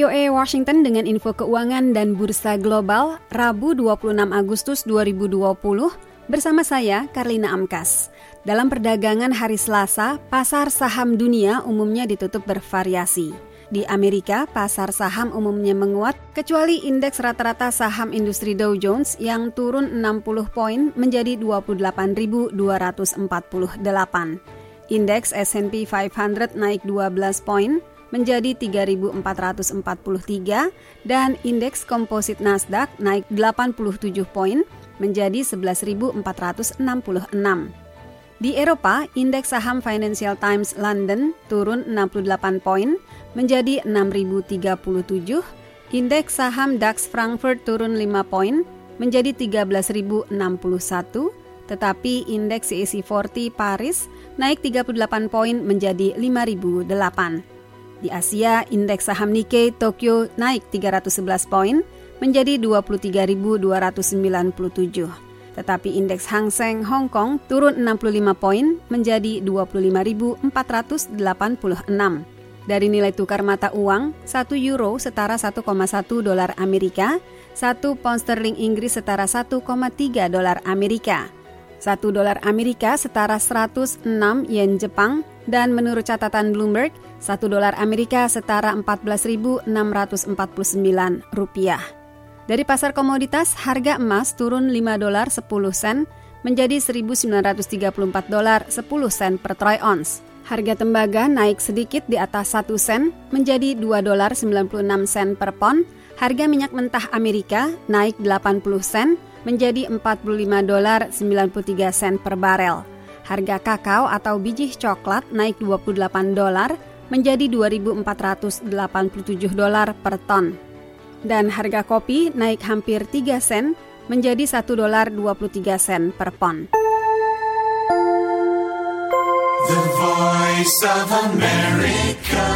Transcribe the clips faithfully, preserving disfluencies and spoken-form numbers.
V O A Washington dengan info keuangan dan bursa global Rabu dua puluh enam Agustus dua ribu dua puluh bersama saya Karlina Amkas. Dalam perdagangan hari Selasa, pasar saham dunia umumnya ditutup bervariasi. Di Amerika, pasar saham umumnya menguat kecuali indeks rata-rata saham industri Dow Jones yang turun enam puluh poin menjadi dua puluh delapan ribu dua ratus empat puluh delapan. Indeks S and P lima ratus naik dua belas poin menjadi tiga ribu empat ratus empat puluh tiga dan indeks komposit Nasdaq naik delapan puluh tujuh poin menjadi sebelas ribu empat ratus enam puluh enam. Di Eropa, indeks saham Financial Times London turun enam puluh delapan poin menjadi enam ribu tiga puluh tujuh, indeks saham DAX Frankfurt turun lima poin menjadi tiga belas ribu enam puluh satu, tetapi indeks C A C empat puluh Paris naik tiga puluh delapan poin menjadi lima ribu delapan. Di Asia, indeks saham Nikkei Tokyo naik tiga ratus sebelas poin menjadi dua puluh tiga ribu dua ratus sembilan puluh tujuh. Tetapi indeks Hang Seng Hong Kong turun enam puluh lima poin menjadi dua puluh lima ribu empat ratus delapan puluh enam. Dari nilai tukar mata uang, satu euro setara satu koma satu dolar Amerika, satu pound sterling Inggris setara satu koma tiga dolar Amerika. satu dolar Amerika setara seratus enam yen Jepang, dan menurut catatan Bloomberg, satu dolar Amerika setara empat belas ribu enam ratus empat puluh sembilan rupiah. Dari pasar komoditas, harga emas turun lima dolar sepuluh sen menjadi seribu sembilan ratus tiga puluh empat dolar sepuluh sen per troy ounce. Harga tembaga naik sedikit di atas satu sen menjadi dua dolar sembilan puluh enam sen per pon. Harga minyak mentah Amerika naik delapan puluh sen menjadi empat puluh lima dolar sembilan puluh tiga sen per barel. Harga kakao atau biji coklat naik dua puluh delapan dolar menjadi dua ribu empat ratus delapan puluh tujuh dolar per ton. Dan harga kopi naik hampir tiga sen menjadi satu dolar dua puluh tiga sen per pon. The Voice of America.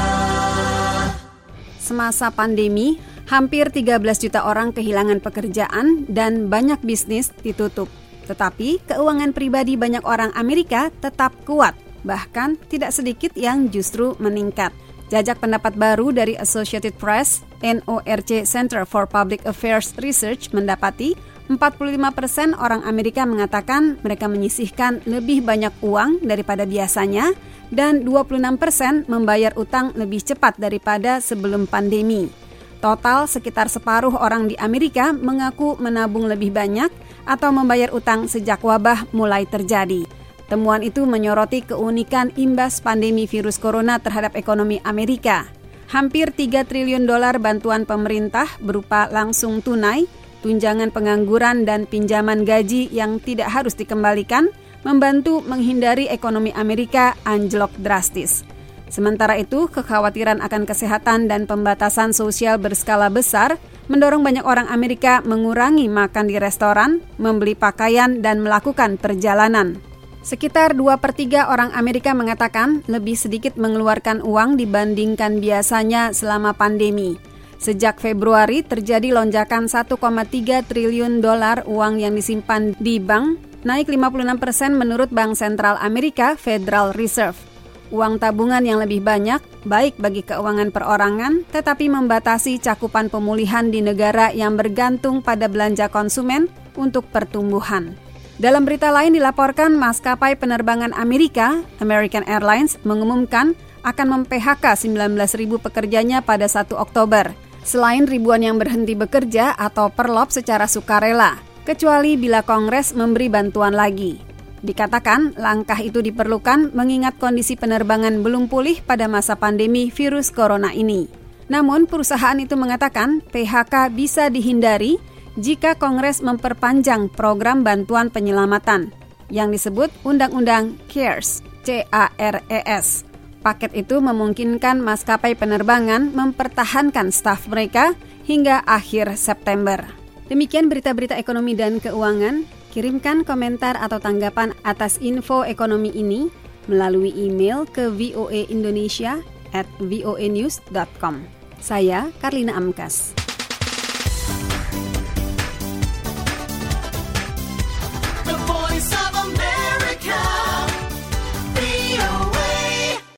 Semasa pandemi, hampir tiga belas juta orang kehilangan pekerjaan dan banyak bisnis ditutup. Tetapi keuangan pribadi banyak orang Amerika tetap kuat, bahkan tidak sedikit yang justru meningkat. Jajak pendapat baru dari Associated Press, N O R C Center for Public Affairs Research mendapati empat puluh lima persen orang Amerika mengatakan mereka menyisihkan lebih banyak uang daripada biasanya dan dua puluh enam persen membayar utang lebih cepat daripada sebelum pandemi. Total sekitar separuh orang di Amerika mengaku menabung lebih banyak atau membayar utang sejak wabah mulai terjadi. Temuan itu menyoroti keunikan imbas pandemi virus corona terhadap ekonomi Amerika. Hampir tiga triliun dolar bantuan pemerintah berupa langsung tunai, tunjangan pengangguran dan pinjaman gaji yang tidak harus dikembalikan membantu menghindari ekonomi Amerika anjlok drastis. Sementara itu, kekhawatiran akan kesehatan dan pembatasan sosial berskala besar mendorong banyak orang Amerika mengurangi makan di restoran, membeli pakaian, dan melakukan perjalanan. Sekitar dua per tiga orang Amerika mengatakan lebih sedikit mengeluarkan uang dibandingkan biasanya selama pandemi. Sejak Februari terjadi lonjakan satu koma tiga triliun dolar uang yang disimpan di bank, naik lima puluh enam persen menurut Bank Sentral Amerika Federal Reserve. Uang tabungan yang lebih banyak, baik bagi keuangan perorangan, tetapi membatasi cakupan pemulihan di negara yang bergantung pada belanja konsumen untuk pertumbuhan. Dalam berita lain dilaporkan maskapai penerbangan Amerika, American Airlines, mengumumkan akan mem-P H K sembilan belas ribu pekerjanya pada satu Oktober. Selain ribuan yang berhenti bekerja atau perlop secara sukarela, kecuali bila Kongres memberi bantuan lagi. Dikatakan langkah itu diperlukan mengingat kondisi penerbangan belum pulih pada masa pandemi virus corona ini. Namun perusahaan itu mengatakan P H K bisa dihindari jika Kongres memperpanjang program bantuan penyelamatan yang disebut Undang-Undang CARES, C A R E S. Paket itu memungkinkan maskapai penerbangan mempertahankan staf mereka hingga akhir September. Demikian berita-berita ekonomi dan keuangan. Kirimkan komentar atau tanggapan atas info ekonomi ini melalui email ke voaindonesia at voanews dot com. Saya Karlina Amkas.